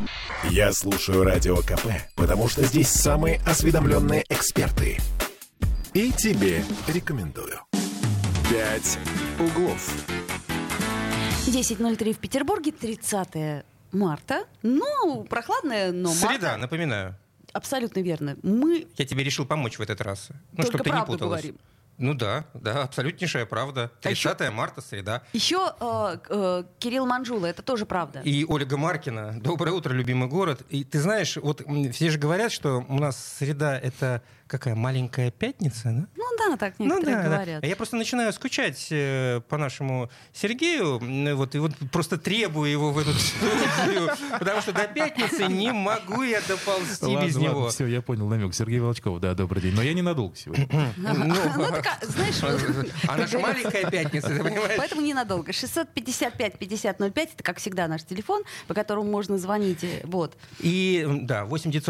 Я слушаю Радио КП, потому что здесь самые осведомленные эксперты. И тебе рекомендую. «Пять углов». 10:03 в Петербурге, 30 марта. Ну, прохладная, но марта. Среда, напоминаю. Абсолютно верно. Я тебе решил помочь в этот раз. Ну, Только чтобы ты не правду путалась. говорим. Ну да, абсолютнейшая правда. 30 марта, среда. Еще Кирилл Манжула, это тоже правда. И Ольга Маркина. Доброе утро, любимый город. И ты знаешь, вот все же говорят, что у нас среда — это какая маленькая пятница, да? Ну да, так некоторые говорят. А я просто начинаю скучать по нашему Сергею, вот, и вот просто требую его в эту студию, потому что до пятницы не могу я доползти без него. Ладно, все, я понял намек. Сергей Волчков, да, добрый день. Но я ненадолго сегодня. Знаешь, А наша маленькая пятница, ты понимаешь? поэтому ненадолго. 655-5005, это, как всегда, наш телефон, по которому можно звонить. Вот. И да,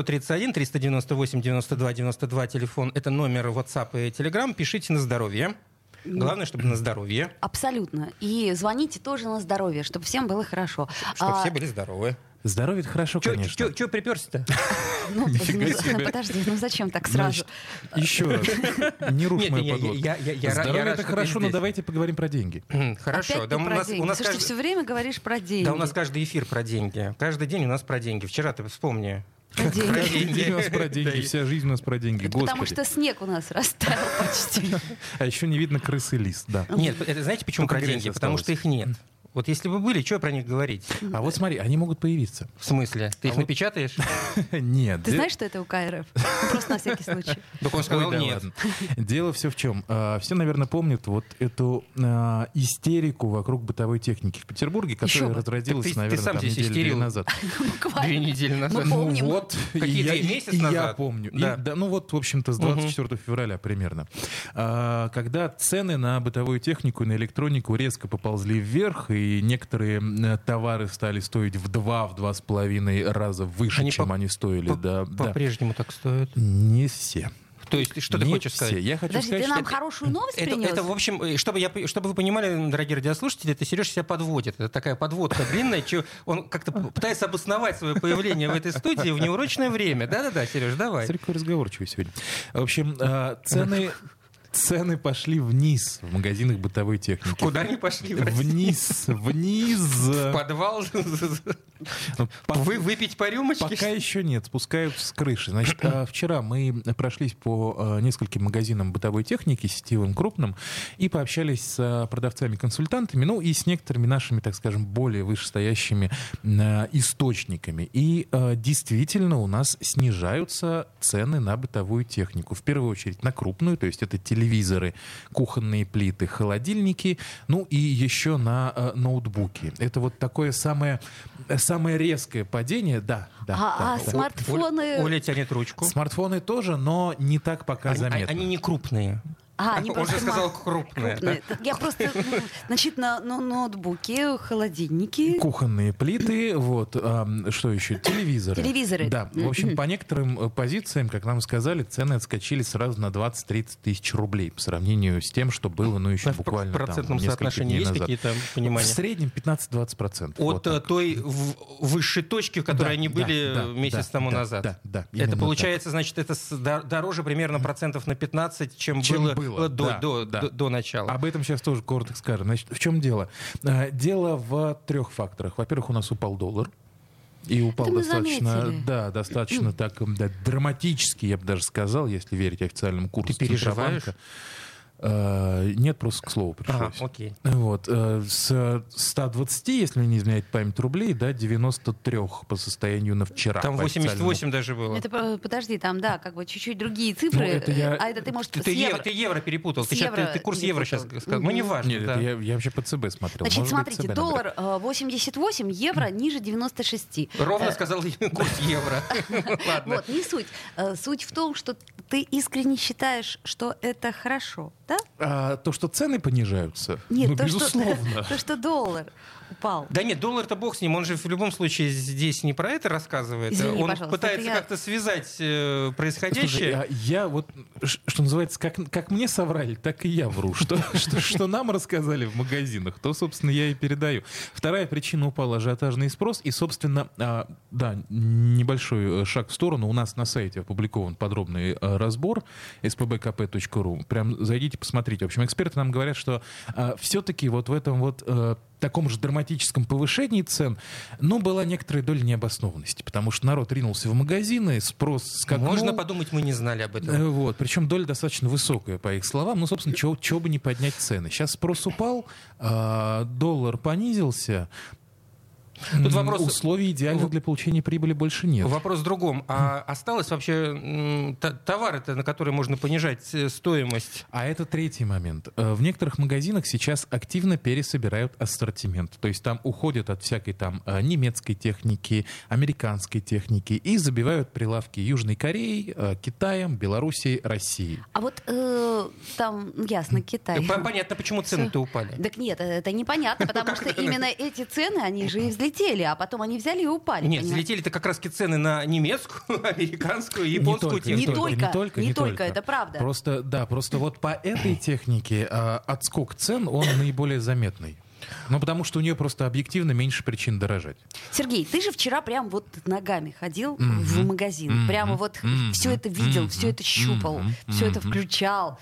8-931-398-92-92 телефон. Это номер WhatsApp и Telegram. Пишите на здоровье. Главное, чтобы на здоровье. Абсолютно. И звоните тоже на здоровье, чтобы всем было хорошо. Чтобы все были здоровы. Здоровье — это хорошо, конечно. Чё приперся-то? Ну, Нифига себе. подожди, ну зачем так сразу? Еще раз. Не рушь Нет, мою я подводку. рад, Здоровье — это что ты хорошо, но здесь. давайте поговорим про деньги. Хорошо. Опять Да ты у про нас деньги. Слушай, ты каждый- все время говоришь про деньги. Да у нас каждый эфир про деньги. Каждый день у нас про деньги. Вчера ты вспомни. Про деньги. Каждый день у нас про деньги, вся жизнь у нас про деньги. Это потому Господи. что снег у нас растаял почти. А еще не видно крысы лист, да. Нет, это знаете, почему Только про грязь деньги? Потому осталась. что их нет. Вот если бы были, что про них говорить? А вот смотри, они могут появиться. В смысле? Ты их напечатаешь? Нет. Ты знаешь, что это УК-РФ? Ну, просто на всякий случай. Так он сказал Ой, да нет. ладно. Дело все в чем. Все, наверное, помнят вот эту истерику вокруг бытовой техники в Петербурге, Еще которая бы. разразилась, Так ты наверное, сам там здесь недели истерил. 2 назад. 2 Буквально. недели назад. Мы помним. Вот, Какие-то и месяц я назад? помню. Да. Ну вот, в общем-то, с 24 февраля примерно. Когда цены на бытовую технику и на электронику резко поползли вверх, и некоторые товары стали стоить в 2-2,5 раза выше, Они чем они стоили. Да. По-прежнему так стоят. Не все. То есть, что ты Не хочешь все. сказать? Я хочу Подожди, сказать, ты нам что хорошую новость принес? Это, в общем, чтобы вы понимали, дорогие радиослушатели, это Сережа себя подводит. Это такая подводка длинная, он как-то пытается обосновать свое появление в этой студии в неурочное время. Да-да-да, Сереж, давай. Смотри, какой разговорчивый сегодня. В общем, цены пошли вниз в магазинах бытовой техники. Куда они пошли? В Вниз. В подвал? Выпить по рюмочке? Пока еще нет, спускают с крыши. Значит, вчера мы прошлись по нескольким магазинам бытовой техники, сетевым, крупным, и пообщались с продавцами-консультантами, ну и с некоторыми нашими, так скажем, более вышестоящими источниками. И действительно у нас снижаются цены на бытовую технику. В первую очередь на крупную, то есть это телевизоры, кухонные плиты, холодильники, ну и еще на ноутбуки. Это вот такое самое резкое падение, да. А смартфоны... Оля тянет ручку. Смартфоны тоже, но не так пока заметно. Они не крупные. Они Он просто же сказал крупные. Я просто, значит, на ноутбуке, холодильники. Кухонные плиты, вот, что еще? Телевизоры. Телевизоры. Да, в общем, по некоторым позициям, как нам сказали, цены отскочили сразу на 20-30 тысяч рублей по сравнению с тем, что было, ну, еще буквально В процентном там, несколько соотношении дней есть назад. какие-то В понимания? среднем 15-20%. Вот От так. той высшей точки, в которой Да, они были да, месяц да, тому да, назад. да, именно Это так. получается, значит, это дороже примерно процентов на 15, чем было до начала. Об этом сейчас тоже коротко скажем. Значит, в чем дело? Дело в 3 факторах. Во-первых, у нас упал доллар. И упал Это мы достаточно, заметили. достаточно так, драматически, я бы даже сказал, если верить официальному курсу Ты переживаешь? Центробанка. Нет, просто к слову пришлось. Окей. Вот, с 120, если мне не изменяет память, рублей, до 93 по состоянию на вчера. Там по официальному. 88 даже было. Это, подожди, там, да, как бы чуть-чуть другие цифры. Ну, это я- А это ты, может, с Ты евро. евро перепутал. С Ты евро курс евро сейчас перепутал. сказал. Ну, не важно. Нет, да. это я вообще по ЦБ смотрел. Значит, Может быть, смотрите, ЦБ доллар 88, евро ниже 96. Ровно сказал курс евро. Ладно. Вот, не суть. Суть в том, что ты искренне считаешь, что это хорошо, да? То, что цены понижаются, Нет, ну, то, безусловно. Что, то, что доллар упал. Да нет, доллар-то бог с ним, он же в любом случае здесь не про это рассказывает. Извини, он пожалуйста, пытается это я- как-то связать происходящее. Слушай, я вот, что называется, как мне соврали, так и я вру. Что нам рассказали в магазинах, то, собственно, я и передаю. Вторая причина — упал ажиотажный спрос. И, собственно, да, небольшой шаг в сторону. У нас на сайте опубликован подробный разбор spbkp.ru. Прям зайдите, посмотрите. В общем, эксперты нам говорят, что все-таки вот в этом вот таком же драматическом повышении цен, но была некоторая доля необоснованности, потому что народ ринулся в магазины, спрос скакнул. Можно подумать, мы не знали об этом. Вот, причем доля достаточно высокая, по их словам. Ну, собственно, чего бы не поднять цены. Сейчас спрос упал, доллар понизился. Тут вопрос... Условий идеальных для получения прибыли больше нет. Вопрос в другом. А осталось вообще товары-то, на которые можно понижать стоимость? А это третий момент. В некоторых магазинах сейчас активно пересобирают ассортимент. То есть там уходят от всякой там немецкой техники, американской техники и забивают прилавки Южной Кореей, Китаем, Белоруссией, Россией. А вот там, ясно, Китай. Понятно, почему цены-то упали. Так нет, это непонятно, потому что именно эти цены, они же и взлетели, а потом они взяли и упали. Нет, понимаете? взлетели-то как раз цены на немецкую, американскую, японскую технику. Не только, это правда. Просто вот по этой технике отскок цен, он наиболее заметный. Ну, потому что у нее просто объективно меньше причин дорожать. Сергей, ты же вчера прям вот ногами ходил в магазин. Прямо вот все это видел, все это щупал, все это включал.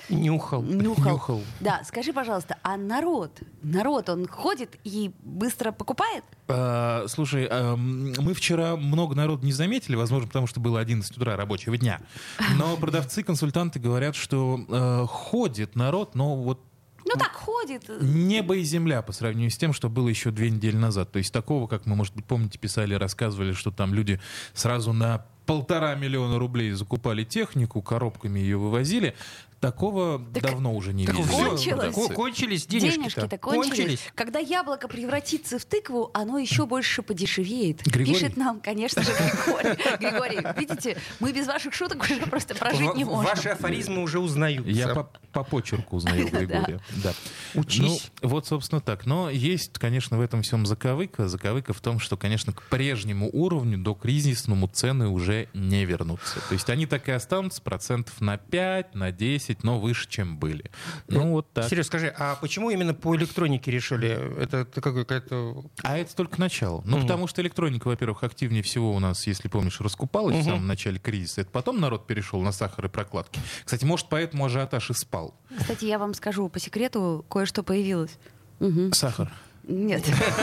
Нюхал. Да, скажи, пожалуйста, а народ, он ходит и быстро покупает? Слушай, мы вчера много народу не заметили, возможно, потому что было 11 утра рабочего дня. Но продавцы, консультанты говорят, что ходит народ, но вот Ну так ходит. небо и земля по сравнению с тем, что было еще 2 недели назад. То есть такого, как мы, может быть, помните, писали, рассказывали, что там люди сразу на 1,5 миллиона рублей закупали технику, коробками ее вывозили. Такого давно уже не видели. Кончились денежки-то. Денежки-то кончились. Когда яблоко превратится в тыкву, оно еще больше подешевеет. Григорий? Пишет нам, конечно же, Григорий. Григорий, видите, мы без ваших шуток уже просто прожить не можем. Ваши афоризмы уже узнаются. Я по почерку узнаю Григория. Да. Учись. Ну, вот, собственно, так. Но есть, конечно, в этом всем заковыка. Заковыка в том, что, конечно, к прежнему уровню, до кризисному, цены уже не вернутся. То есть они так и останутся процентов на 5, на 10, но выше, чем были. Ну, вот так. Сереж, скажи, а почему именно по электронике решили? Это какая-то... А это только начало. Ну, потому что электроника, во-первых, активнее всего у нас, если помнишь, раскупалась в самом начале кризиса. Это потом народ перешел на сахар и прокладки. Кстати, может, поэтому ажиотаж и спал. Кстати, я вам скажу, по секрету кое-что появилось. Сахар. Нет.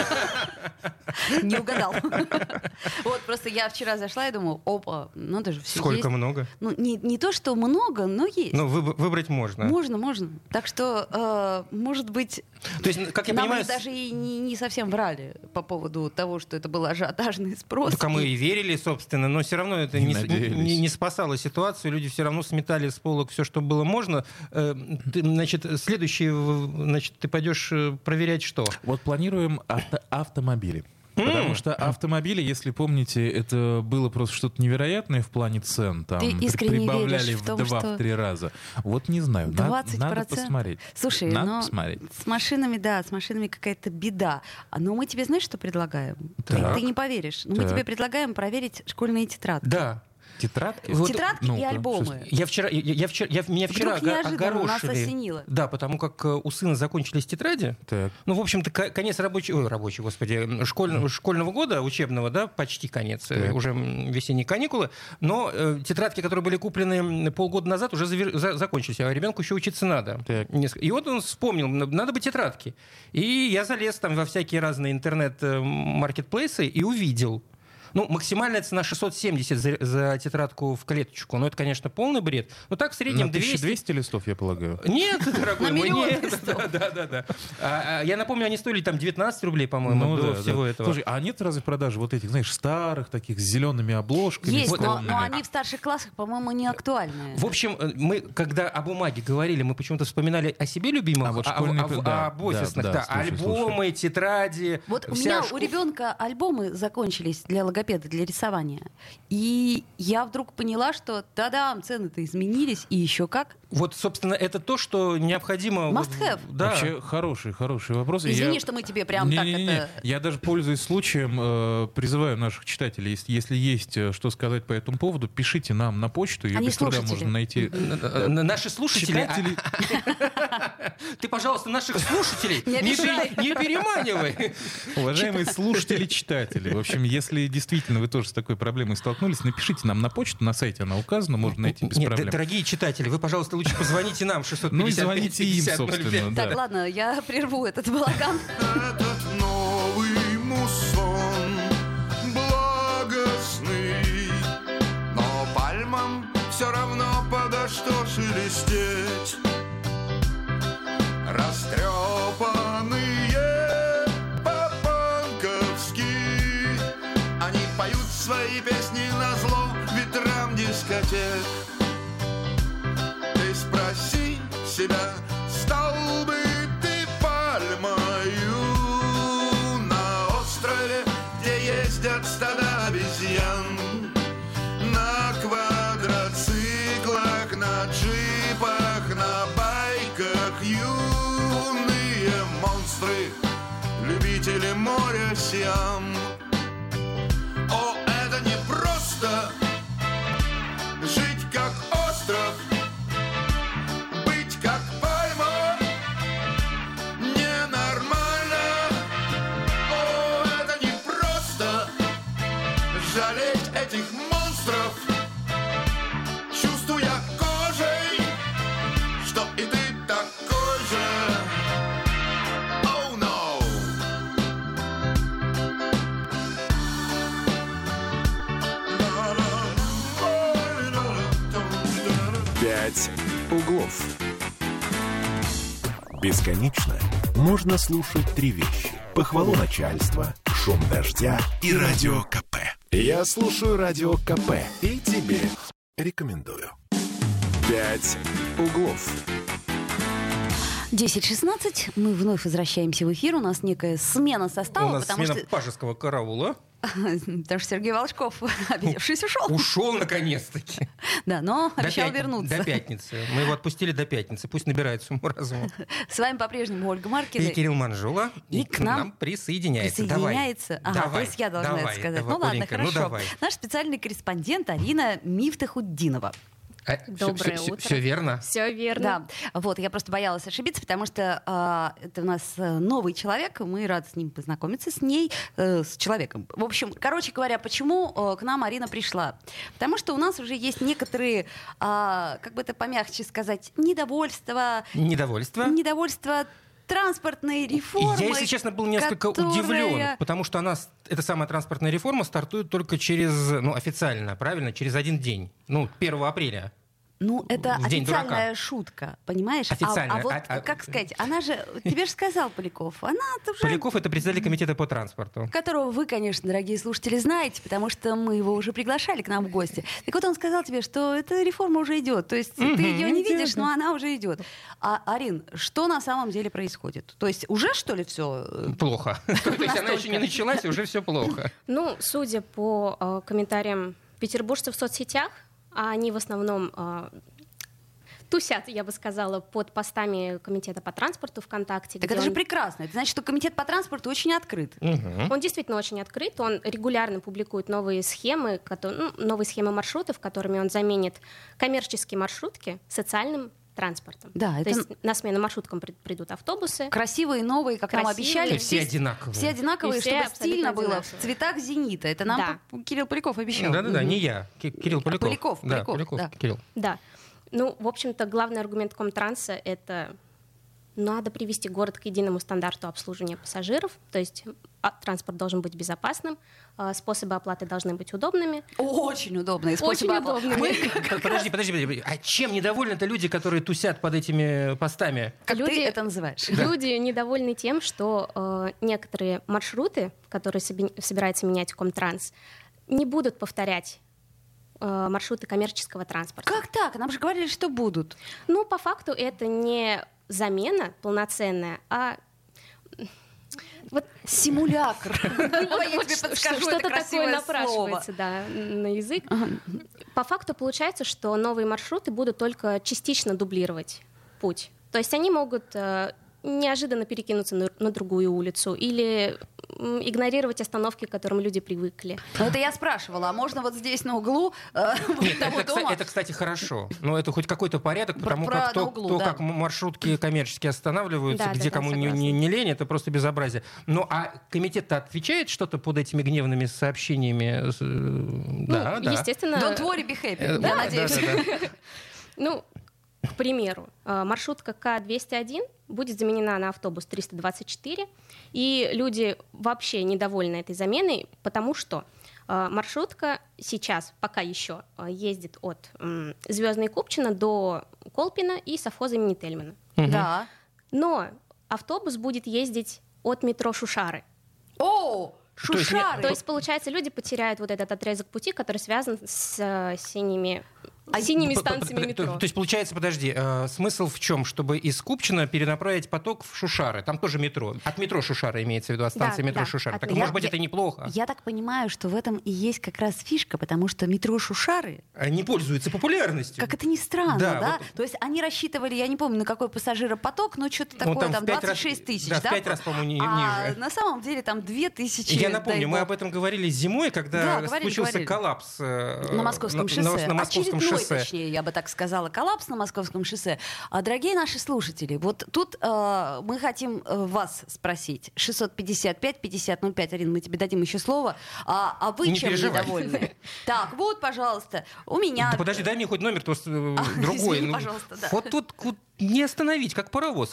Не угадал. Вот, просто я вчера зашла и думаю, опа, надо же все Сколько есть. много? Ну, не то, что много, но есть. Ну, выбрать можно. Можно. Так что, может быть, То есть, как я нам понимаю... даже и не совсем врали по поводу того, что это был ажиотажный спрос. Так, а мы и верили, собственно, но все равно это Не не надеялись. спасало ситуацию. Люди все равно сметали с полок все, что было можно. Значит, следующий, ты пойдешь проверять что? Вот планируем автомобили. Потому что автомобили, если помните, это было просто что-то невероятное в плане цен. Там Ты искренне прибавляли веришь в том, в 2-3 раза. Вот не знаю, 20%? надо посмотреть. Слушай, надо но посмотреть. с машинами какая-то беда. Но мы тебе знаешь, что предлагаем? Так. Ты не поверишь. Но мы Так. тебе предлагаем проверить школьные тетрадки. Да. Тетрадки? Тетрадки и Ну-ка, альбомы. Меня вчера Вдруг неожиданно нас огорошили. осенило. Да, потому как у сына закончились тетради. Так. Ну, в общем-то, конец школьного года, учебного, да, почти конец, Так. уже весенние каникулы. Но тетрадки, которые были куплены полгода назад, уже закончились, а ребенку еще учиться надо. Так. И вот он вспомнил, надо бы тетрадки. И я залез там во всякие разные интернет-маркетплейсы и увидел. Ну, максимальная цена 670 за тетрадку в клеточку. Ну, это, конечно, полный бред. Но так в среднем На 200. 1200 листов, я полагаю. Нет, дорогой На мой, миллион нет. листов. Да. Я напомню, они стоили там 19 рублей, по-моему, до всего этого. Слушай, а нет разве продажи вот этих, знаешь, старых таких с зелеными обложками? Есть, но скромными? они в старших классах, по-моему, не актуальны. В общем, мы, когда о бумаге говорили, мы почему-то вспоминали о себе любимых, А вот школьные, да, об офисных, да, да, слушай, альбомы, тетради. Вот у вся меня у ребенка альбомы закончились для логопеда, для рисования. И я вдруг поняла, что да-да, цены-то изменились, и еще как. Вот, собственно, это то, что необходимо... Must have. Да. Вообще хороший вопрос. Извини, что мы тебе прям так это... Я даже, пользуясь случаем, призываю наших читателей, если есть что сказать по этому поводу, пишите нам на почту, ее Они без труда слушатели. можно найти. Наши слушатели... Читатели. Ты, пожалуйста, наших слушателей Не обижай. не переманивай. Уважаемые слушатели-читатели, в общем, если действительно вы тоже с такой проблемой столкнулись, напишите нам на почту, на сайте она указана, можно найти без Нет, проблем. дорогие читатели, вы, пожалуйста, лучше позвоните нам 655 Ну и звоните им, 50 05. собственно, да. Так, ладно, я прерву этот балаган. Этот новый муссон благостный, но пальмам все равно подо что шелестеть. Растрепанные по-панковски они поют свои песни назло ветрам дискотек. Ты спроси себя, стал бы ты пальмою на острове, где ездят стада обезьян, на квадроциклах, на джипах, на байках, юные монстры, любители моря Сиам. О, это не просто жить как остров, быть как пальма ненормально. О, это не просто жалеть этих монстров, чувствуя кожей, что и ты такой же. Oh no. 5 углов. Бесконечно можно слушать три вещи: похвалу начальства, шум дождя и радио КП. Я слушаю радио КП и тебе рекомендую. 5 углов. 10:16. Мы вновь возвращаемся в эфир. У нас некая смена состава, У нас потому смена что пажеского караула. потому что Сергей Волчков, обидевшись, ушел. Ушел наконец-таки. Да, но обещал вернуться. До пятницы. Мы его отпустили до пятницы. Пусть набирается уму-разуму. С вами по-прежнему Ольга Маркина. И Кирилл Манжула. И к нам присоединяется. Присоединяется. Давай. Ага, то есть я должна это сказать. Ну ладно, Оленька, хорошо. давай. Наш специальный корреспондент Арина Мифтахуддинова. Доброе утро. Все верно? Все верно. Да, вот, я просто боялась ошибиться, потому что это у нас новый человек, мы рады с ним познакомиться, с ней, с человеком. В общем, короче говоря, почему к нам Арина пришла? Потому что у нас уже есть некоторые, как бы это помягче сказать, недовольства транспортной реформы. Я, если честно, был несколько удивлен, потому что эта самая транспортная реформа стартует только через, официально, правильно, через один день, 1 апреля. Ну, это В день официальная дурака. шутка, понимаешь? Официальная. А вот, как сказать, она же, тебе же сказал Поляков, она уже... Поляков — это председатель комитета по транспорту. Которого вы, конечно, дорогие слушатели, знаете, потому что мы его уже приглашали к нам в гости. Так вот он сказал тебе, что эта реформа уже идет. То есть ты ее не видишь, но она уже идет. А, Арин, что на самом деле происходит? То есть уже, что ли, все? Плохо. То есть она еще не началась, и уже все плохо. Ну, судя по комментариям петербуржцев в соцсетях, а они в основном тусят, я бы сказала, под постами комитета по транспорту ВКонтакте. Так это же прекрасно. Это значит, что комитет по транспорту очень открыт. Он действительно очень открыт, он регулярно публикует новые схемы, новые схемы маршрутов, которыми он заменит коммерческие маршрутки социальным транспортом. Да, То это есть на смену маршруткам придут автобусы. красивые, новые, как нам Красивые. обещали. И все одинаковые. Все одинаковые, И все чтобы абсолютно стильно было, в одинаковые. цветах «Зенита». Это нам Да. Кирилл Поляков обещал. Да-да-да, не я. Кирилл Поляков. Поляков, да. Кирилл. Да. Ну, в общем-то, главный аргумент Комтранса — это надо привести город к единому стандарту обслуживания пассажиров, то есть транспорт должен быть безопасным, способы оплаты должны быть удобными. Очень удобные способы Очень оплаты. удобными. Подожди. А чем недовольны-то люди, которые тусят под этими постами? Как Люди- ты это называешь? Люди недовольны тем, что некоторые маршруты, которые собирается менять Комтранс, не будут повторять маршруты коммерческого транспорта. Как так? Нам же говорили, что будут. Ну, по факту это не замена полноценная, а Симулятор. Давай я тебе подскажу, это Что-то такое красивое слово. напрашивается, да, на язык. По факту получается, что новые маршруты будут только частично дублировать путь. То есть они могут неожиданно перекинуться на другую улицу или игнорировать остановки, к которым люди привыкли. Ну, это я спрашивала, а можно вот здесь на углу Нет, того дома? это, кстати, хорошо. Но это хоть какой-то порядок, потому Про как на углу, да. как маршрутки коммерчески останавливаются, Да, где да, кому согласна. не лень, это просто безобразие. Ну, а комитет-то отвечает что-то под этими гневными сообщениями? Да, да. Естественно... Don't worry, be happy, я Да, надеюсь. да. Ну, к примеру, маршрутка К-201 будет заменена на автобус 324, и люди вообще недовольны этой заменой, потому что маршрутка сейчас пока еще ездит от Звездной Купчино до Колпино и совхоза имени Тельмана. Да. Но автобус будет ездить от метро Шушары. О, Шушары. То есть, получается, люди потеряют вот этот отрезок пути, который связан с синими станциями метро. То есть, получается, подожди, смысл в чем? Чтобы из Купчино перенаправить поток в Шушары. Там тоже метро. От метро Шушары имеется в виду, от станции Да, метро да, Шушары. от Так, метро. может быть, это и неплохо. Я так понимаю, что в этом и есть как раз фишка, потому что метро Шушары, Не пользуется популярностью. как это ни странно, Да, да? вот. То есть они рассчитывали, я не помню, на какой пассажиропоток, но что-то Ну, такое, там там в 5 раз- 26 тысяч, да, да? в 5 раз, по-моему, А ниже. на самом деле там 2000. Я дай напомню, мы бог. об этом говорили зимой, когда Да, говорили, случился говорили. коллапс На Московском шоссе. на Московском Очередной, шоссе. точнее, я бы так сказала, коллапс на Московском шоссе. Дорогие наши слушатели, вот тут мы хотим вас спросить. 655-5005. Арина, мы тебе дадим еще слово. А вы Не чем переживай. недовольны? Так, вот, пожалуйста, у меня... Да подожди, дай мне хоть номер другой. извини, Ну, пожалуйста, да. Вот тут не остановить, как паровоз.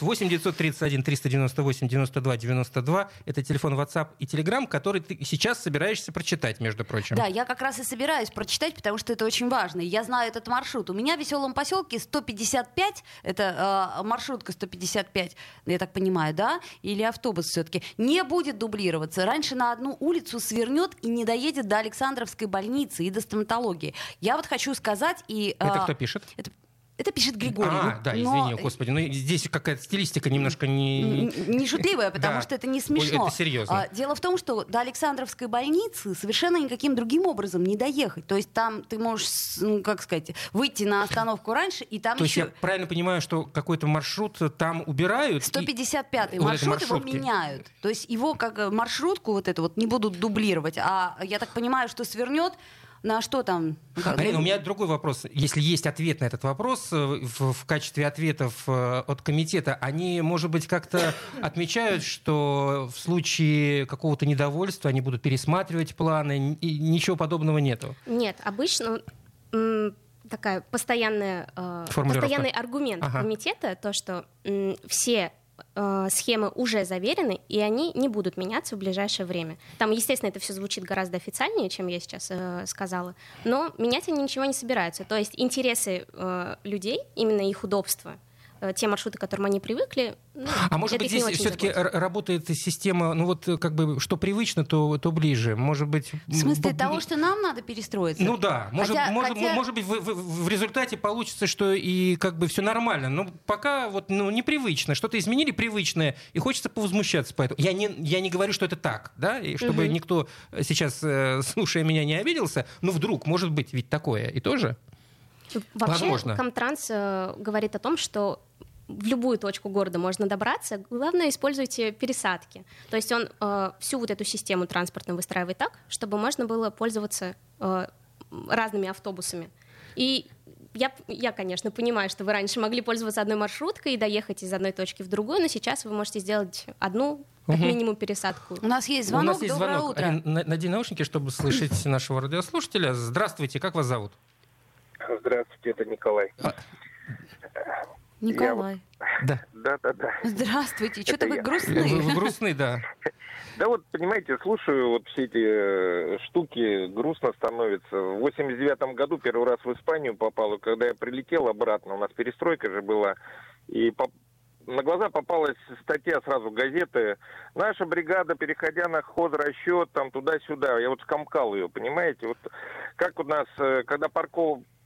8-931-398-92-92. Это телефон WhatsApp и Telegram, который ты сейчас собираешься прочитать, между прочим. Да, я как раз и собираюсь прочитать, потому что это очень важно. Я знаю этот маршрут. У меня в Веселом поселке 155, это маршрутка 155, я так понимаю, да? Или автобус все-таки, не будет дублироваться. Раньше на одну улицу свернет и не доедет до Александровской больницы и до стоматологии. Я вот хочу сказать и... Это кто пишет? Это пишет Григорий. Да, Но извини, господи. Ну, здесь какая-то стилистика немножко не... не шутливая, потому Да. что это не смешно. Ой, это серьезно. Дело в том, что до Александровской больницы совершенно никаким другим образом не доехать. То есть там ты можешь, как сказать, выйти на остановку раньше, и там То есть еще... я правильно понимаю, что какой-то маршрут там убирают? 155-й вот маршрут этой его маршрутки. меняют. То есть его как маршрутку вот эту вот не будут дублировать. А я так понимаю, что свернет на что там? Арина, у меня другой вопрос. Если есть ответ на этот вопрос, в качестве ответов от комитета, они, может быть, как-то отмечают, что в случае какого-то недовольства они будут пересматривать планы, и ничего подобного нету? Нет, обычно такая постоянный аргумент Ага. комитета, то, что все схемы уже заверены, и они не будут меняться в ближайшее время. Там, естественно, это все звучит гораздо официальнее, чем я сейчас сказала, но менять они ничего не собираются. То есть интересы людей, именно их удобство, те маршруты, к которым они привыкли, А может это быть, их не здесь очень все-таки заботит. работает система, ну вот как бы, что привычно, то ближе. Может быть... В смысле того, что нам надо перестроиться? Ну да, может Хотя- быть, в результате получится, что и как бы все нормально. Но пока вот непривычно, что-то изменили привычное, и хочется повозмущаться по этому. Я не говорю, что это так, да, и чтобы никто сейчас, слушая меня, не обиделся, но вдруг, может быть, ведь такое и тоже. Вообще, Возможно. Комтранс говорит о том, что в любую точку города можно добраться, главное, используйте пересадки. То есть он всю вот эту систему транспортную выстраивает так, чтобы можно было пользоваться разными автобусами. И я, конечно, понимаю, что вы раньше могли пользоваться одной маршруткой и доехать из одной точки в другую, но сейчас вы можете сделать одну, как минимум, пересадку. У нас есть У звонок. нас есть Доброе звонок. утро. Арина, надень наушники, чтобы слышать нашего радиослушателя. Здравствуйте, как вас зовут? Здравствуйте, это Николай. Николай. Да. Да. Здравствуйте. Что-то вы я. грустные. Вы грустны, да. Да вот, понимаете, слушаю вот все эти штуки, грустно становится. В 89 году первый раз в Испанию попал, и когда я прилетел обратно, у нас перестройка же была, и на глаза попалась статья сразу газеты: наша бригада, переходя на хозрасчет, там туда-сюда. Я вот скомкал ее, понимаете? Вот как у нас, когда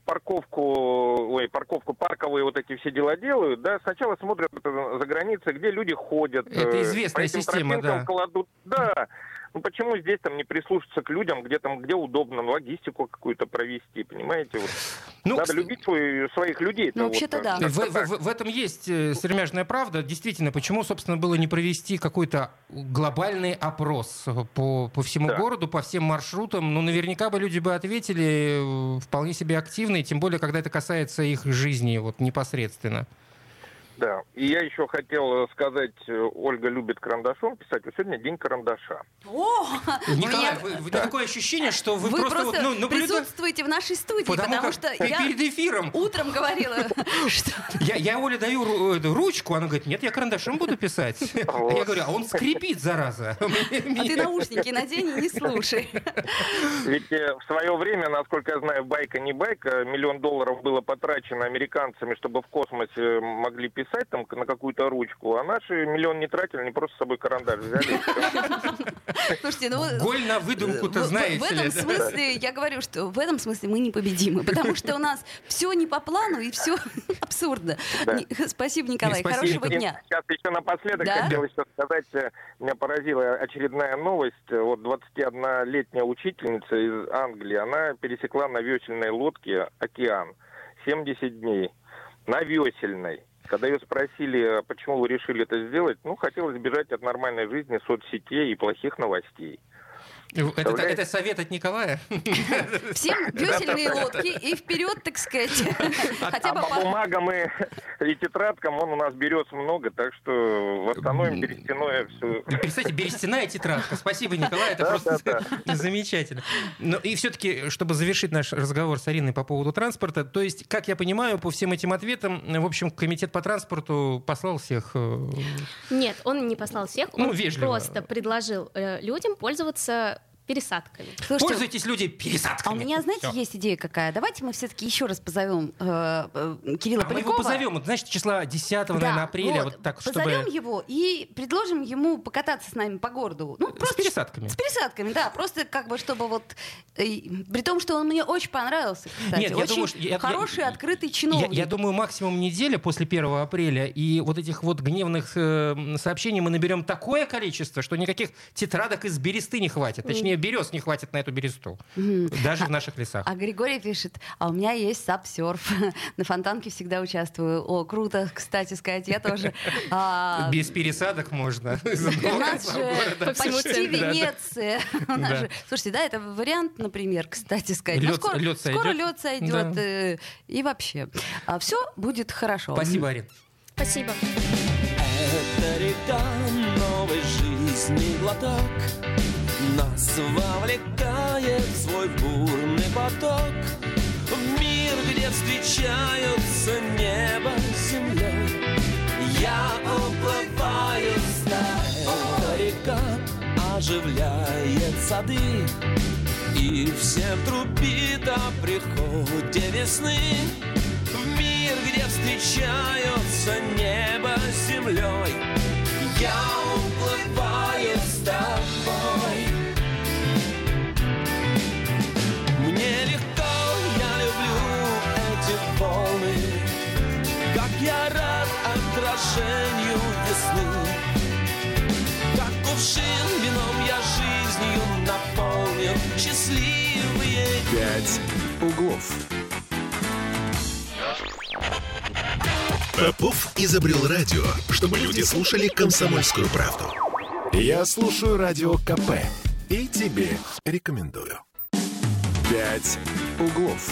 парковку, парковые вот эти все дела делают, да, сначала смотрят за границей, где люди ходят. Это известная по этим система, тропинкам да. кладут. Да. Ну почему здесь там не прислушаться к людям, где удобно, логистику какую-то провести, понимаете? Вот. Ну, Надо любить своих людей. Ну, вообще-то да. В этом есть сермяжная правда. Действительно, почему, собственно, было не провести какой-то глобальный опрос по всему городу, по всем маршрутам? Ну, наверняка бы люди бы ответили вполне себе активно, и тем более, когда это касается их жизни вот непосредственно. Да. И я еще хотел сказать, Ольга любит карандашом писать. Вот сегодня день карандаша. О, Николай, такое ощущение, что вы просто присутствуете в нашей студии, потому что я перед эфиром утром говорила, что... Я Оле даю ручку, она говорит, нет, я карандашом буду писать. А я говорю, а он скрипит, зараза. А ты наушники надень и не слушай. Ведь в свое время, насколько я знаю, байка не байка, $1 миллион было потрачено американцами, чтобы в космосе могли писать там на какую-то ручку, а наши миллион не тратили, они просто с собой карандаш взяли. Слушайте, ну... Голь на выдумку-то знаете В этом смысле, я говорю, что в этом смысле мы непобедимы, потому что у нас все не по плану и все абсурдно. Спасибо, Николай, хорошего дня. Сейчас еще напоследок хотел еще сказать, меня поразила очередная новость. Вот 21-летняя учительница из Англии, она пересекла на весельной лодке океан 70 дней. На весельной. Когда ее спросили, почему вы решили это сделать, хотелось избежать от нормальной жизни, соцсетей и плохих новостей. Это совет от Николая? Всем весельные лодки и вперед, так сказать. Хотя бы по бумагам и тетрадкам он у нас берется много, так что восстановим берестяное все. Представьте, берестяная тетрадка. Спасибо, Николай, это просто замечательно. И все-таки, чтобы завершить наш разговор с Ариной по поводу транспорта, то есть, как я понимаю, по всем этим ответам, в общем, комитет по транспорту послал всех... Нет, он не послал всех, он вежливо. Просто предложил людям пользоваться пересадками. Слушайте, пользуйтесь, люди, пересадками. А у меня, знаете, есть идея какая? Давайте мы все-таки еще раз позовем Кирилла Полякова. Мы его позовем, значит, числа 10 наверное, апреля. Вот так, позовем его и предложим ему покататься с нами по городу. С пересадками. С пересадками, да. Просто чтобы вот... При том, что он мне очень понравился, кстати. Нет, очень хороший, открытый чиновник. Я думаю, максимум неделя после 1 апреля, и вот этих вот гневных сообщений мы наберем такое количество, что никаких тетрадок из бересты не хватит. Точнее, берез не хватит на эту бересту. Даже в наших лесах. А Григорий пишет, а у меня есть сапсерф. На фонтанке всегда участвую. О, круто, кстати сказать, я тоже. Без пересадок можно. У нас же почти Венеция. Слушайте, да, это вариант, например, кстати сказать. Скоро лед сойдет. И вообще. Все будет хорошо. Спасибо, Арин. Спасибо. Это река новой жизни глоток, нас вовлекает в свой бурный поток, в мир, где встречаются небо с землей. Я уплываю с эта река оживляет сады, и всем трубит о приходе весны. В мир, где встречаются небо с землей, я уплываю с тобой. Мне легко, я люблю эти волны, как я рад отражению весны. Как кувшин вином я жизнью наполнен, счастливые 5 углов. Попов изобрел радио, чтобы люди слушали комсомольскую правду. Я слушаю радио КП и тебе рекомендую. 5 углов.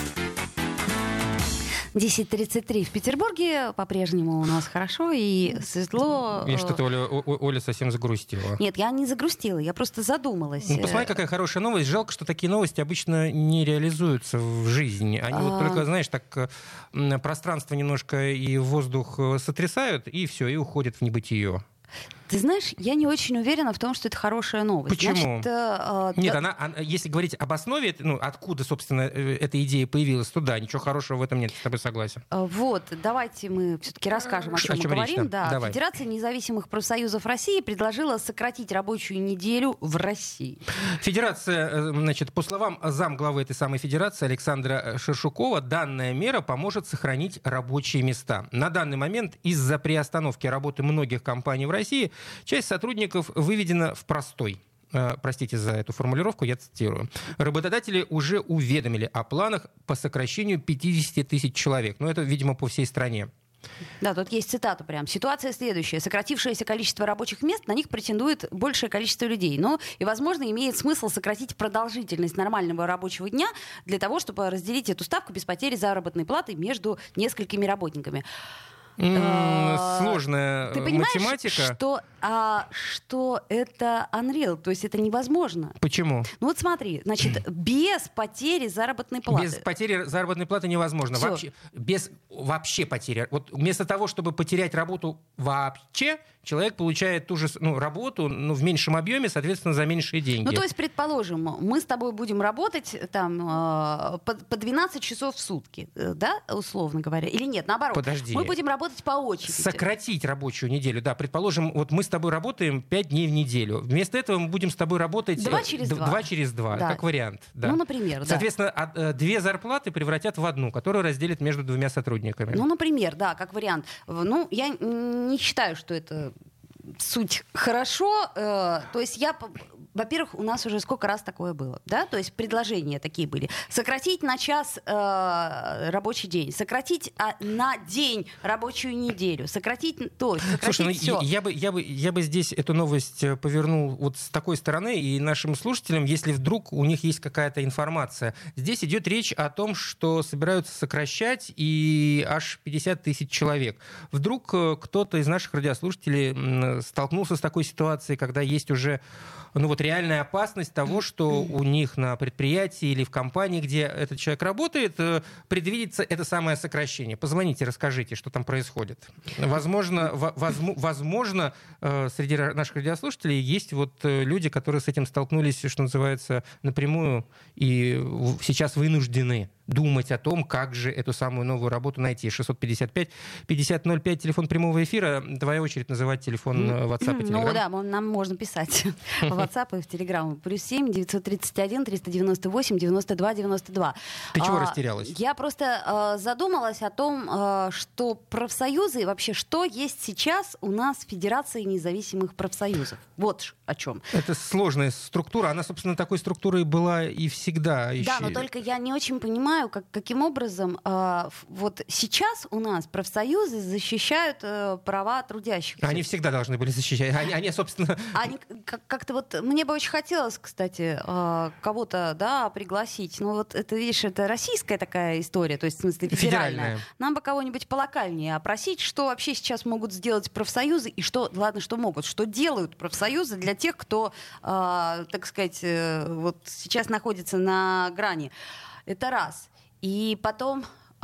10:33 в Петербурге. По-прежнему у нас хорошо и светло. И что-то Оля совсем загрустила. Нет, я не загрустила, я просто задумалась. Посмотри, какая хорошая новость. Жалко, что такие новости обычно не реализуются в жизни. Они вот только, знаешь, так пространство немножко и воздух сотрясают, и все, и уходят в небытие. Ты знаешь, я не очень уверена в том, что это хорошая новость. Почему? Значит, Нет, если говорить об основе, откуда, собственно, эта идея появилась, то да, ничего хорошего в этом нет, я с тобой согласен. Вот, давайте мы все-таки расскажем, о чем мы говорим. речь, да. Давай. Федерация независимых профсоюзов России предложила сократить рабочую неделю в России. Федерация, значит, по словам замглавы этой самой федерации Александра Шершукова, данная мера поможет сохранить рабочие места. На данный момент из-за приостановки работы многих компаний в России часть сотрудников выведена в простой. Простите за эту формулировку, я цитирую. Работодатели уже уведомили о планах по сокращению 50 тысяч человек. Но это, видимо, по всей стране. Да, тут есть цитата прям. Ситуация следующая. Сократившееся количество рабочих мест, на них претендует большее количество людей. Но и, возможно, имеет смысл сократить продолжительность нормального рабочего дня для того, чтобы разделить эту ставку без потери заработной платы между несколькими работниками. Сложная Ты понимаешь, математика. что это unreal, то есть это невозможно. Почему? Ну вот смотри, значит, без потери заработной платы. Без потери заработной платы невозможно. Всё. Вообще потери. Вот вместо того, чтобы потерять работу вообще, человек получает ту же работу, но в меньшем объеме, соответственно, за меньшие деньги. Ну, то есть, предположим, мы с тобой будем работать там по 12 часов в сутки, да, условно говоря, или нет, наоборот. Подожди. Мы будем работать по очереди. Сократить рабочую неделю, да. Предположим, вот мы с тобой работаем 5 дней в неделю. Вместо этого мы будем с тобой работать 2 через 2. 2 через 2, Да. как вариант. Да. Ну, например, да. Соответственно, 2 зарплаты превратят в одну, которую разделят между 2 сотрудниками. Ну, например, да, как вариант. Ну, я не считаю, что это суть хорошо. То есть во-первых, у нас уже сколько раз такое было, да? То есть предложения такие были. Сократить на час рабочий день, сократить на день рабочую неделю, сократить Слушай, всё. я бы здесь эту новость повернул вот с такой стороны, и нашим слушателям, если вдруг у них есть какая-то информация. Здесь идет речь о том, что собираются сокращать и аж 50 тысяч человек. Вдруг кто-то из наших радиослушателей столкнулся с такой ситуацией, когда есть уже реальная опасность того, что у них на предприятии или в компании, где этот человек работает, предвидится это самое сокращение. Позвоните, расскажите, что там происходит. Возможно, среди наших радиослушателей есть люди, которые с этим столкнулись, что называется, напрямую, и сейчас вынуждены думать о том, как же эту самую новую работу найти. 655-5005, телефон прямого эфира. Твоя очередь называть телефон WhatsApp и Telegram. Ну да, нам можно писать в WhatsApp и в Telegram. +7 931 398 92 92. Ты чего растерялась? Я просто задумалась о том, что профсоюзы, вообще, что есть сейчас у нас в Федерации независимых профсоюзов. Вот о чем. Это сложная структура. Она, собственно, такой структурой была и всегда. Да, но только я не очень понимаю, каким образом вот сейчас у нас профсоюзы защищают права трудящихся. Они всегда должны были защищать. Они, собственно... Они как-то мне бы очень хотелось, кстати, кого-то, да, пригласить. Но вот это, видишь, это российская такая история, то есть, в смысле, федеральная. Нам бы кого-нибудь полокальнее опросить, что вообще сейчас могут сделать профсоюзы и что могут, что делают профсоюзы для тех, кто, так сказать, вот сейчас находится на грани. Это раз. И потом,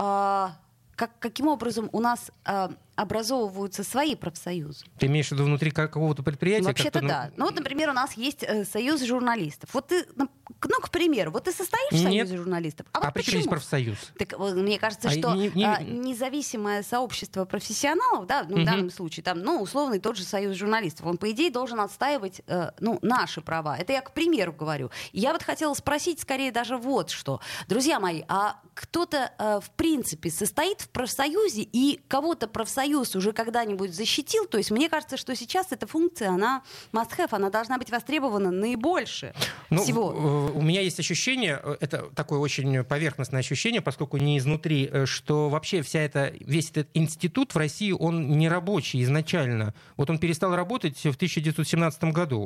каким образом у нас образовываются свои профсоюзы. Ты имеешь в виду внутри какого-то предприятия? Вообще-то да. Ну вот, например, у нас есть союз журналистов. Вот ты, к примеру, вот ты состоишь в союзе журналистов? А вот при чем здесь профсоюз? Так, мне кажется, что независимое сообщество профессионалов, да, в данном случае, там, условный тот же союз журналистов, он, по идее, должен отстаивать наши права. Это я к примеру говорю. И я вот хотела спросить скорее даже вот что. Друзья мои, а кто-то, в принципе, состоит в профсоюзе и кого-то профсоюз уже когда-нибудь защитил? То есть мне кажется, что сейчас эта функция, она must-have, она должна быть востребована наибольше всего. У меня есть ощущение, это такое очень поверхностное ощущение, поскольку не изнутри, что вообще весь этот институт в России, он не рабочий изначально. Вот он перестал работать в 1917 году.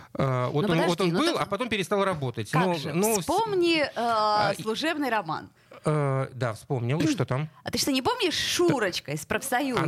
Он был, а потом перестал работать. Как же? Вспомни служебный роман. Да, вспомнил. И что там? А ты что, не помнишь Шурочка из профсоюза?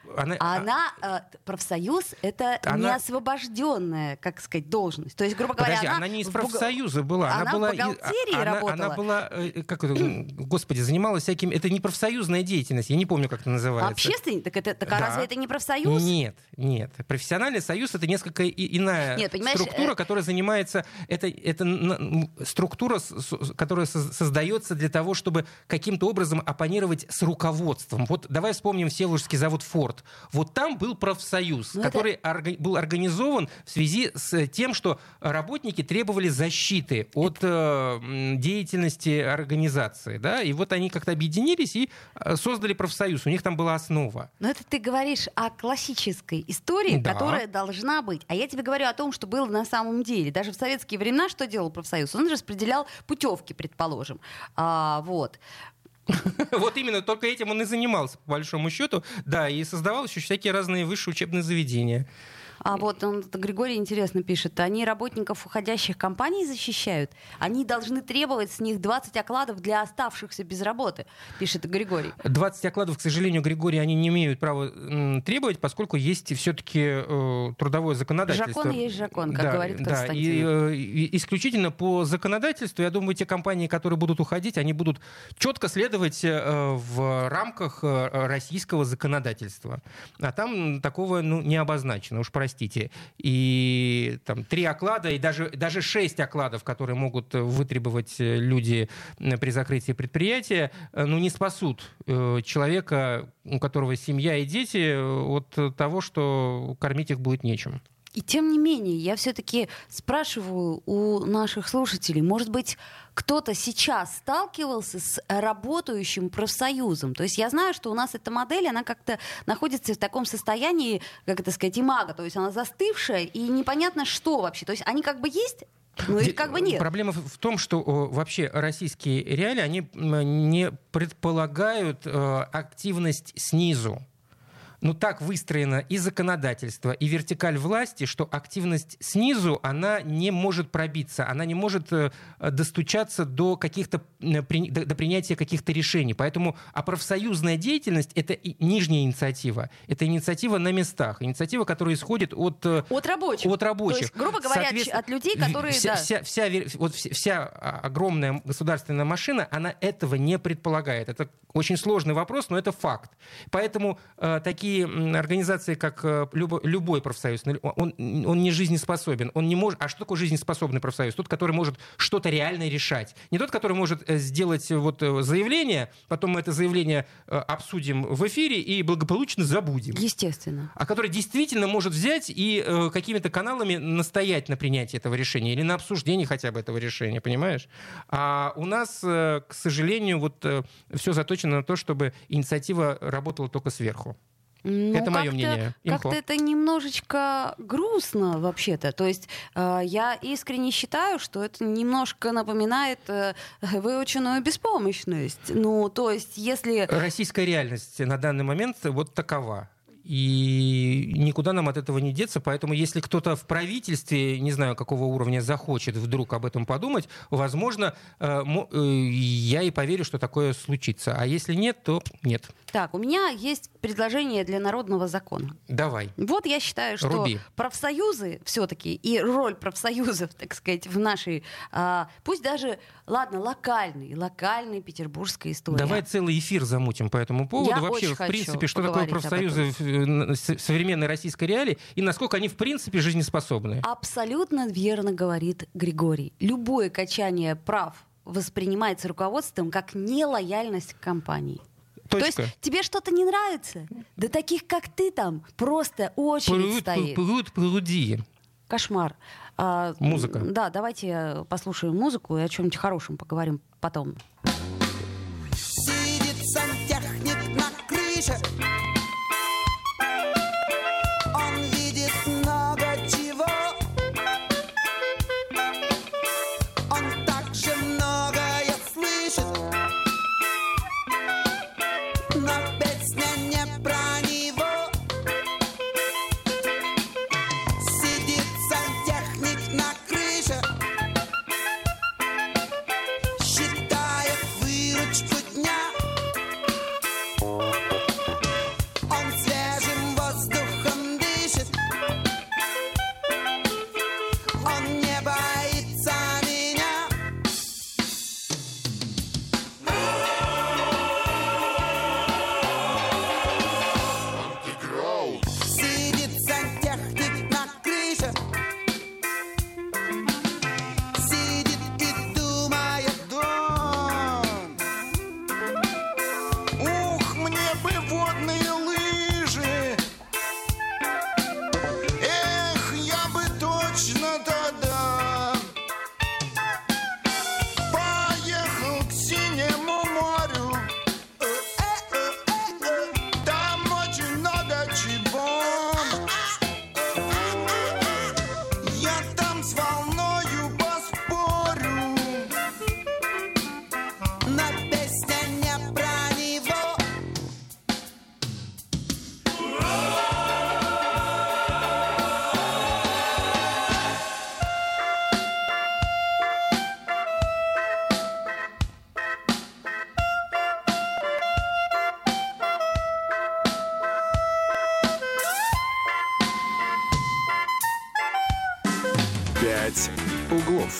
Профсоюз — это не освобожденная, как сказать, должность. То есть, грубо говоря, подожди, она не из профсоюза была. Она была в бухгалтерии работала. Она была, господи, занималась всяким... Это не профсоюзная деятельность, я не помню, как это называется. Общественный? Так разве это не профсоюз? Нет. Профессиональный союз — это несколько иная структура, которая занимается... Это структура, которая создается для того, чтобы каким-то образом оппонировать с руководством. Вот давай вспомним Всеволожский завод «Форд». Вот там был профсоюз, который был организован в связи с тем, что работники требовали защиты от деятельности организации. Да? И вот они как-то объединились и создали профсоюз. У них там была основа. Но это ты говоришь о классической истории, которая должна быть. А я тебе говорю о том, что было на самом деле. Даже в советские времена что делал профсоюз? Он распределял путевки, предположим. Вот. Вот именно, только этим он и занимался, по большому счету. Да, и создавал еще всякие разные высшие учебные заведения. А вот Григорий интересно пишет, они работников уходящих компаний защищают? Они должны требовать с них 20 окладов для оставшихся без работы, пишет Григорий. 20 окладов, к сожалению, Григорий, они не имеют права требовать, поскольку есть все-таки трудовое законодательство. Закон есть закон, как говорит Константин. Да, и исключительно по законодательству, я думаю, те компании, которые будут уходить, они будут четко следовать в рамках российского законодательства. А там такого не обозначено, уж простите. И там 3 оклада, и даже 6 окладов, которые могут вытребовать люди при закрытии предприятия, не спасут человека, у которого семья и дети, от того, что кормить их будет нечем. И тем не менее, я все-таки спрашиваю у наших слушателей, может быть, кто-то сейчас сталкивался с работающим профсоюзом? То есть я знаю, что у нас эта модель, она как-то находится в таком состоянии, как это сказать, имага, то есть она застывшая, и непонятно, что вообще. То есть они как бы есть, но их как бы нет. Проблема в том, что вообще российские реалии, они не предполагают активность снизу. Так выстроено и законодательство, и вертикаль власти, что активность снизу, она не может пробиться, она не может достучаться до принятия каких-то решений. Поэтому профсоюзная деятельность — это нижняя инициатива. Это инициатива на местах. Инициатива, которая исходит от рабочих. То есть, грубо говоря, от людей, которые... Вся огромная государственная машина, она этого не предполагает. Это очень сложный вопрос, но это факт. Поэтому такие организации, как любой профсоюз, он не жизнеспособен. Он не может... А что такое жизнеспособный профсоюз? Тот, который может что-то реально решать. Не тот, который может сделать заявление, потом мы это заявление обсудим в эфире и благополучно забудем. Естественно. А который действительно может взять и какими-то каналами настоять на принятии этого решения или на обсуждении хотя бы этого решения, понимаешь? А у нас, к сожалению, все заточено на то, чтобы инициатива работала только сверху. Это мое мнение. Как-то это немножечко грустно вообще-то. То есть я искренне считаю, что это немножко напоминает выученную беспомощность. То есть если... Российская реальность на данный момент такова. И никуда нам от этого не деться. Поэтому если кто-то в правительстве, не знаю, какого уровня, захочет вдруг об этом подумать, возможно, я и поверю, что такое случится. А если нет, то нет. Так, у меня есть предложение для народного закона. Давай. Вот я считаю, что профсоюзы все-таки и роль профсоюзов, так сказать, в нашей, пусть даже, локальной петербургской истории. Давай целый эфир замутим по этому поводу. Я вообще, в принципе, что такое профсоюзы в современной российской реалии и насколько они, в принципе, жизнеспособны. Абсолютно верно говорит Григорий. Любое качание прав воспринимается руководством как нелояльность к компании. Точка. То есть тебе что-то не нравится? Да таких, как ты там, просто очередь стоит. Пруди. Кошмар. Музыка. Да, давайте послушаем музыку и о чем-нибудь хорошем поговорим потом. Сидит сантехник на крыше. Он видит много чего. Он также многое слышит. Но песня не про него. Сидит сантехник на крыше. Считает но песня не про него. «Пять углов».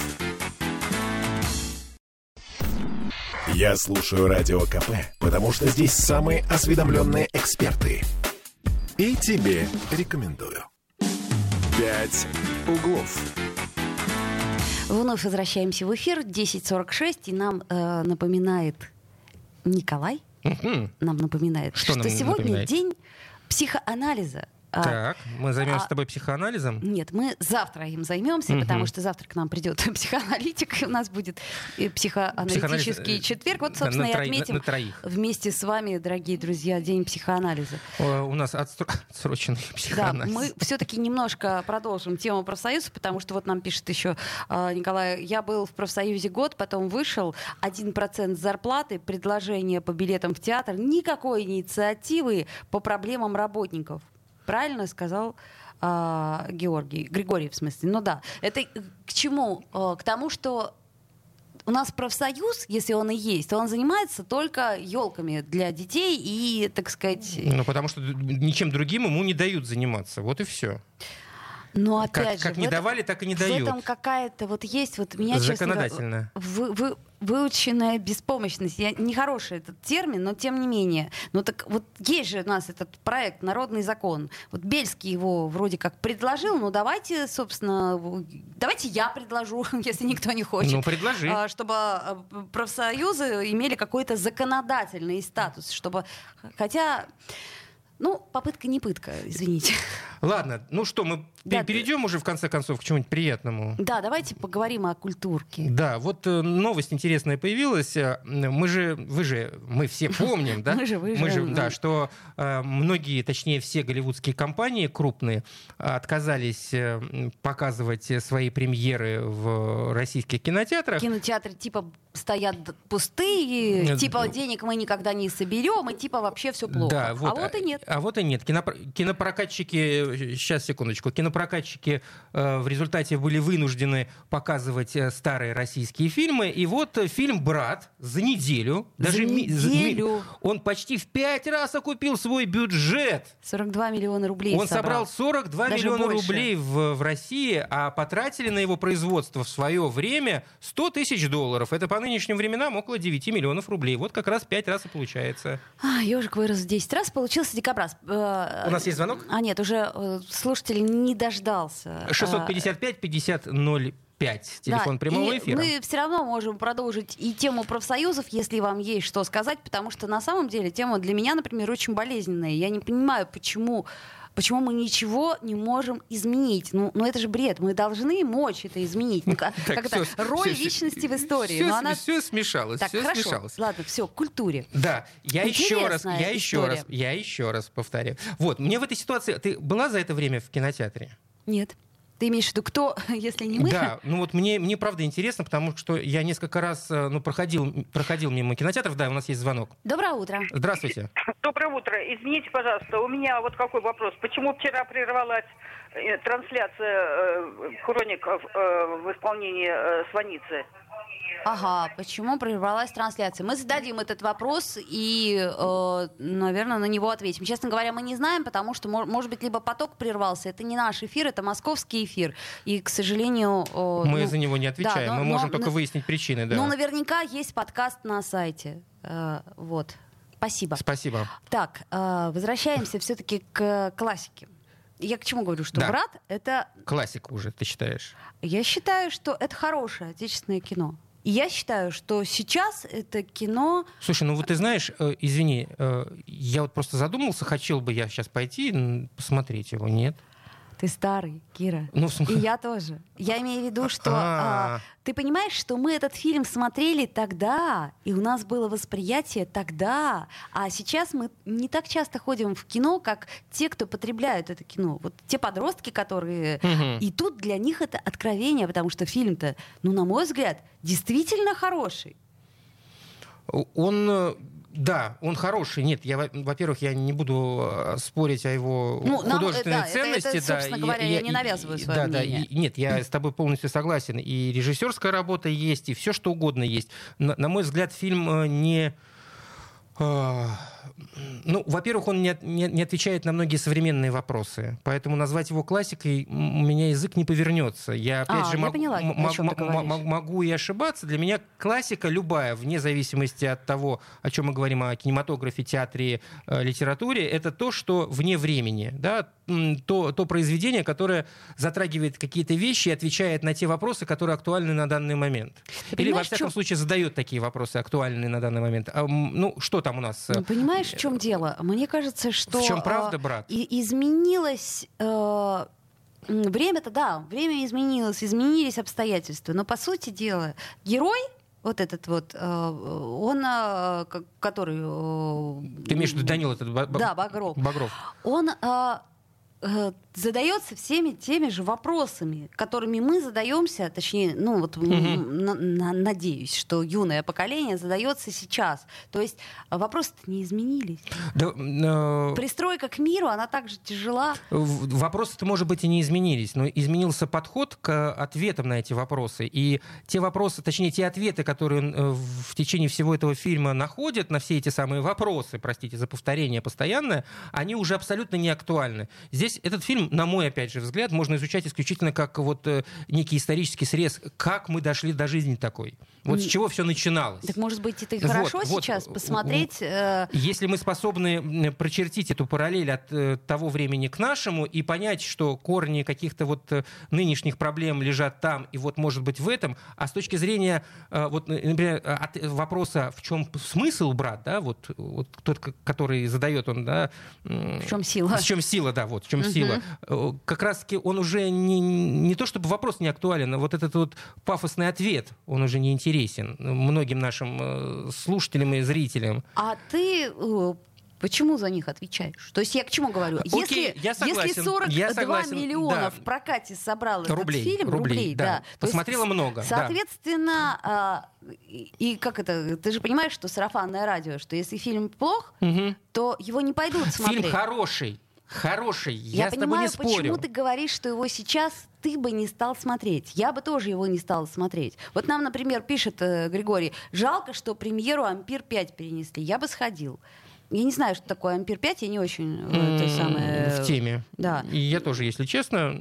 Я слушаю Радио КП, потому что здесь самые осведомленные эксперты. И тебе рекомендую. «Пять углов». Вновь возвращаемся в эфир. 10:46, и нам напоминает Николай, нам напоминает, Что нам сегодня напоминает? день психоанализа. Так, мы займемся с тобой психоанализом. Нет, мы завтра им займемся, потому что завтра к нам придет психоаналитик, и у нас будет психоаналитический четверг. Вот, собственно, и отметим на троих. вместе с вами, дорогие друзья, день психоанализа. У нас отсроченный Да, психоанализ. мы все-таки немножко продолжим тему профсоюза, потому что вот нам пишет еще Николай, я был в профсоюзе год, потом вышел, 1% зарплаты, предложение по билетам в театр, никакой инициативы по проблемам работников. Правильно сказал Григорий, в смысле. Ну да. Это к чему? К тому, что у нас профсоюз, если он и есть, то он занимается только елками для детей и, так сказать... Ну, потому что ничем другим ему не дают заниматься. Вот и все. Но опять Как же, не давали, так и не дают. В этом какая-то вот есть, вот меня, честно говоря, Законодательно. выученная беспомощность. Нехороший этот термин, но тем не менее. Ну так вот есть же у нас этот проект «Народный закон». Вот Бельский его вроде как предложил, ну давайте, собственно, давайте я предложу, если никто не хочет. Ну, предложи. Чтобы профсоюзы имели какой-то законодательный статус, чтобы... Хотя... Ну, попытка не пытка, извините. Ладно, ну что, мы перейдем уже в конце концов к чему-нибудь приятному. Да, давайте поговорим о культурке. Да, вот новость интересная появилась. Мы все помним, да? Да, что многие, точнее все голливудские компании крупные отказались показывать свои премьеры в российских кинотеатрах. Кинотеатры типа стоят пустые, типа денег мы никогда не соберем, и типа вообще все плохо. Да, вот, а вот и нет. А вот и нет. Кинопрокатчики, сейчас, секундочку, кинопрокатчики в результате были вынуждены показывать старые российские фильмы. И вот фильм «Брат» за неделю, он почти в 5 раз окупил свой бюджет. 42 миллиона рублей Он собрал 42 Даже миллиона больше. рублей в России, а потратили на его производство в свое время $100 тысяч. Это по нынешним временам около 9 миллионов рублей. Вот как раз 5 раз и получается. Ежик вырос в 10 раз, получился дикобраз. У нас есть звонок? Нет, уже слушатель не дождался. 655-50-05. Телефон прямого эфира. Мы все равно можем продолжить и тему профсоюзов, если вам есть что сказать, потому что на самом деле тема для меня, например, очень болезненная. Я не понимаю, почему мы ничего не можем изменить. Ну это же бред. Мы должны мочь это изменить. Роль личности в истории. Все смешалось. Так, все хорошо. смешалось. Ладно, все, к культуре. Да, я еще раз повторяю. Вот, мне в этой ситуации... Ты была за это время в кинотеатре? Нет. Ты имеешь в виду, кто, если не мы? Да, ну вот мне правда интересно, потому что я несколько раз проходил мимо кинотеатров. Да, у нас есть звонок. Доброе утро. Здравствуйте. Доброе утро. Извините, пожалуйста, у меня вот какой вопрос. Почему вчера прервалась трансляция хроник в исполнении Сваницы? Ага, почему прервалась трансляция? Мы зададим этот вопрос и, наверное, на него ответим. Честно говоря, мы не знаем, потому что, может быть, либо поток прервался. Это не наш эфир, это московский эфир. И, к сожалению... Мы за него не отвечаем. Мы можем только выяснить причины. Да. Но наверняка есть подкаст на сайте. Вот. Спасибо. Спасибо. Так, возвращаемся все-таки к классике. Я к чему говорю, что да. «Брат» — это... Классика уже, ты считаешь? Я считаю, что это хорошее отечественное кино. И я считаю, что сейчас это кино... Слушай, ну вот ты знаешь, извини, я вот просто задумался, хотел бы я сейчас пойти посмотреть его, нет? Ты старый, Кира. Ну, и я тоже. Я имею в виду, что ты понимаешь, что мы этот фильм смотрели тогда, и у нас было восприятие тогда, а сейчас мы не так часто ходим в кино, как те, кто потребляют это кино. Вот те подростки, которые... И тут для них это откровение, потому что фильм-то, ну, на мой взгляд, действительно хороший. Да, он хороший. Нет, во-первых, я не буду спорить о его художественной ценности. Это, собственно говоря, я не навязываю свое мнение. Нет, я с тобой полностью согласен. И режиссерская работа есть, и все что угодно есть. На мой взгляд, фильм не... во-первых, он не отвечает на многие современные вопросы, поэтому назвать его классикой у меня язык не повернется. Я опять же могу и ошибаться. Для меня классика любая, вне зависимости от того, о чем мы говорим, о кинематографе, театре, литературе, это то, что вне времени, да? То произведение, которое затрагивает какие-то вещи и отвечает на те вопросы, которые актуальны на данный момент. Или, во всяком случае, задает такие вопросы, актуальные на данный момент. Что там у нас? Понимаешь, в чем дело? Мне кажется, что... В чем правда, брат? Изменилось... Время-то, да, время изменилось, изменились обстоятельства. Но, по сути дела, герой, вот этот вот, он, который... Ты имеешь в виду Данил этот Багров. Багров. Он... задается всеми теми же вопросами, которыми мы задаемся, точнее, надеюсь, что юное поколение задается сейчас. То есть вопросы-то не изменились. Пристройка к миру, она также тяжела. Вопросы-то, может быть, и не изменились, но изменился подход к ответам на эти вопросы. И те вопросы, точнее, те ответы, которые он в течение всего этого фильма находит на все эти самые вопросы, простите за повторение постоянное, они уже абсолютно не актуальны. Здесь этот фильм, на мой, опять же, взгляд, можно изучать исключительно как вот некий исторический срез, как мы дошли до жизни такой. Вот с чего все начиналось. Так, может быть, это и хорошо сейчас посмотреть... Если мы способны прочертить эту параллель от того времени к нашему и понять, что корни каких-то вот нынешних проблем лежат там, и вот, может быть, в этом, а с точки зрения, вот, например, от вопроса, в чем смысл, брат, да, вот тот, который задает он, да... В чем сила? В чем сила, да, вот, в чем сила. Как раз-таки он уже не то, чтобы вопрос не актуален, а вот этот вот пафосный ответ, он уже не интересен многим нашим слушателям и зрителям. А ты почему за них отвечаешь? То есть я к чему говорю? Окей, я согласен. Если 42 миллиона в прокате собрал этот фильм, рублей, да. Посмотрела много. Соответственно, и как это? Ты же понимаешь, что сарафанное радио, что если фильм плох, то его не пойдут смотреть. Фильм хороший, я с тобой не спорю. Почему ты говоришь, что его сейчас ты бы не стал смотреть? Я бы тоже его не стала смотреть. Вот нам, например, пишет Григорий, жалко, что премьеру «Ампир 5» перенесли. Я бы сходил. Я не знаю, что такое «Ампир 5», я не очень в теме. Да. И я тоже, если честно,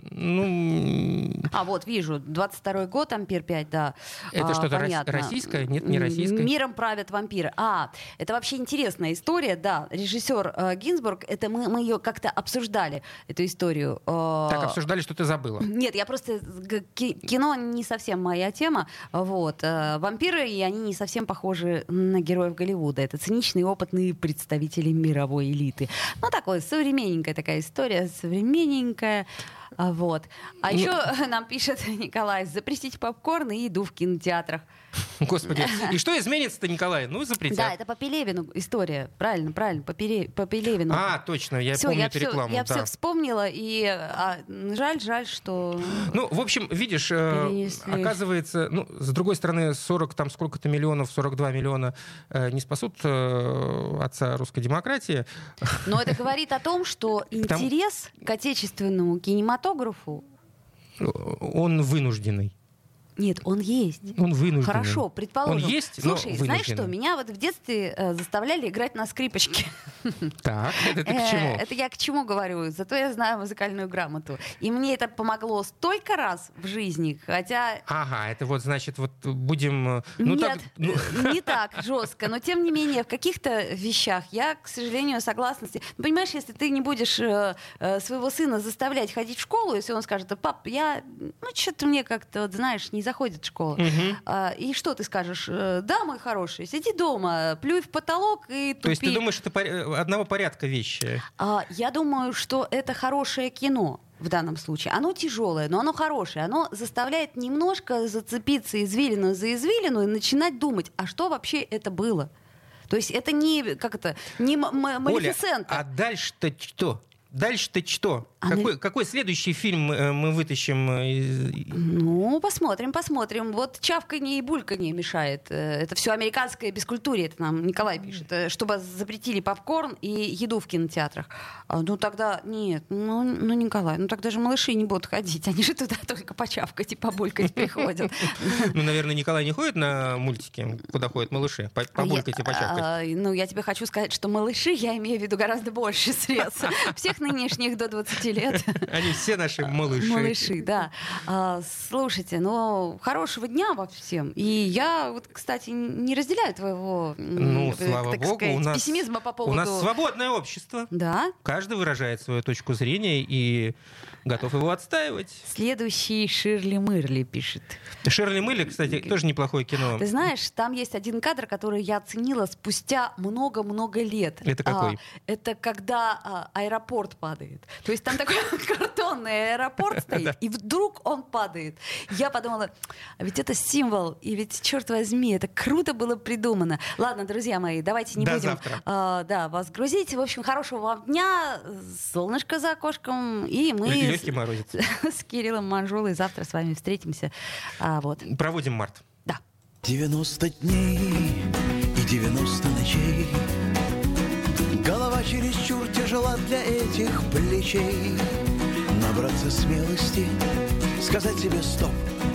вот, вижу, 22-й год, «Ампир 5», да. Это что-то российское? Нет, не российское. «Миром правят вампиры». Это вообще интересная история, да. Режиссер Гинзбург, это мы ее как-то обсуждали, эту историю. Так, обсуждали, что ты забыла. Нет, я просто... Кино не совсем моя тема. Вот. Вампиры, и они не совсем похожи на героев Голливуда. Это циничные, опытные представители мировой элиты. Такое современненькая такая история, современненькая. Вот. А еще нам пишет Николай, запретить попкорн и еду в кинотеатрах. Господи, и что изменится-то, Николай? Запретят. Да, это по Пелевину история. Правильно, по Пелевину. точно, я помню эту рекламу. Я все вспомнила, и жаль, что... в общем, видишь, оказывается, с другой стороны, 40 там сколько-то миллионов, 42 миллиона не спасут отца русской демократии. Но это говорит о том, что интерес к отечественному кинематографу... Он вынужденный. Нет, он есть. Он вынужденный. Хорошо, предположим. Он есть, слушай, знаешь что, меня вот в детстве заставляли играть на скрипочке. Так, это ты к чему? Это я к чему говорю? Зато я знаю музыкальную грамоту. И мне это помогло столько раз в жизни, хотя... Это вот, значит, вот будем... Нет, не так жестко, но тем не менее в каких-то вещах я, к сожалению, согласна с тем. Понимаешь, если ты не будешь своего сына заставлять ходить в школу, если он скажет, пап, что-то мне как-то, вот, знаешь, не заходит в школу. И что ты скажешь? Да, мой хороший, сиди дома, плюй в потолок и тупи. То есть ты думаешь, это одного порядка вещи? Я думаю, что это хорошее кино. В данном случае. Оно тяжелое, но оно хорошее. Оно заставляет немножко зацепиться извилину за извилину и начинать думать, а что вообще это было? То есть это не Малефисента. Оля, а дальше-то что? Дальше-то что? Какой следующий фильм мы вытащим? Ну, посмотрим. Вот чавканье и бульканье мешает. Это все американское бескультурье, это нам Николай пишет. Чтобы запретили попкорн и еду в кинотеатрах. Ну, тогда нет. Ну, Николай, тогда же малыши не будут ходить. Они же туда только почавкать и побулькать приходят. Ну, наверное, Николай не ходит на мультики, куда ходят малыши? Побулькать и почавкать. Ну, я тебе хочу сказать, что малыши, я имею в виду гораздо больше средств. Всех нынешних до 20 лет. Они все наши малыши. Малыши, да. Слушайте, хорошего дня вам всем. И я, вот, кстати, не разделяю твоего, слава богу, пессимизма по поводу... У нас свободное общество. Да. Каждый выражает свою точку зрения и готов его отстаивать. Следующий Ширли Мырли пишет. Ширли Мырли, кстати, тоже неплохое кино. Ты знаешь, там есть один кадр, который я оценила спустя много-много лет. Это какой? Это когда аэропорт падает. То есть там такой картонный аэропорт стоит, и вдруг он падает. Я подумала, ведь это символ, и ведь, черт возьми, это круто было придумано. Ладно, друзья мои, давайте не будем вас грузить. В общем, хорошего вам дня, солнышко за окошком, и мы с Кириллом Манжулой завтра с вами встретимся. Проводим март. Да. 90 дней и 90 ночей. Голова чересчур тяжела для этих плечей. Набраться смелости, сказать себе стоп.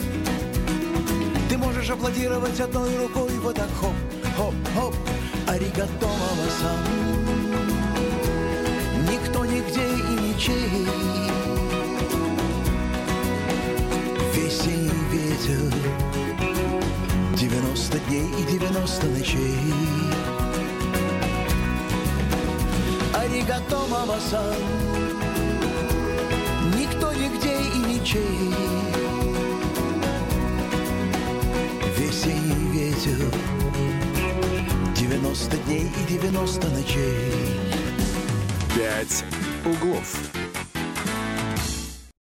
Ты можешь аплодировать одной рукой, вот так хоп, хоп, хоп. Аригато, мама-сан. Никто, нигде и ничей. Весенний ветер, 90 дней и 90 ночей. Аригато, мама-сан. Никто, нигде и ничей. Весенний ветер, 90 дней и 90 ночей. «Пять углов».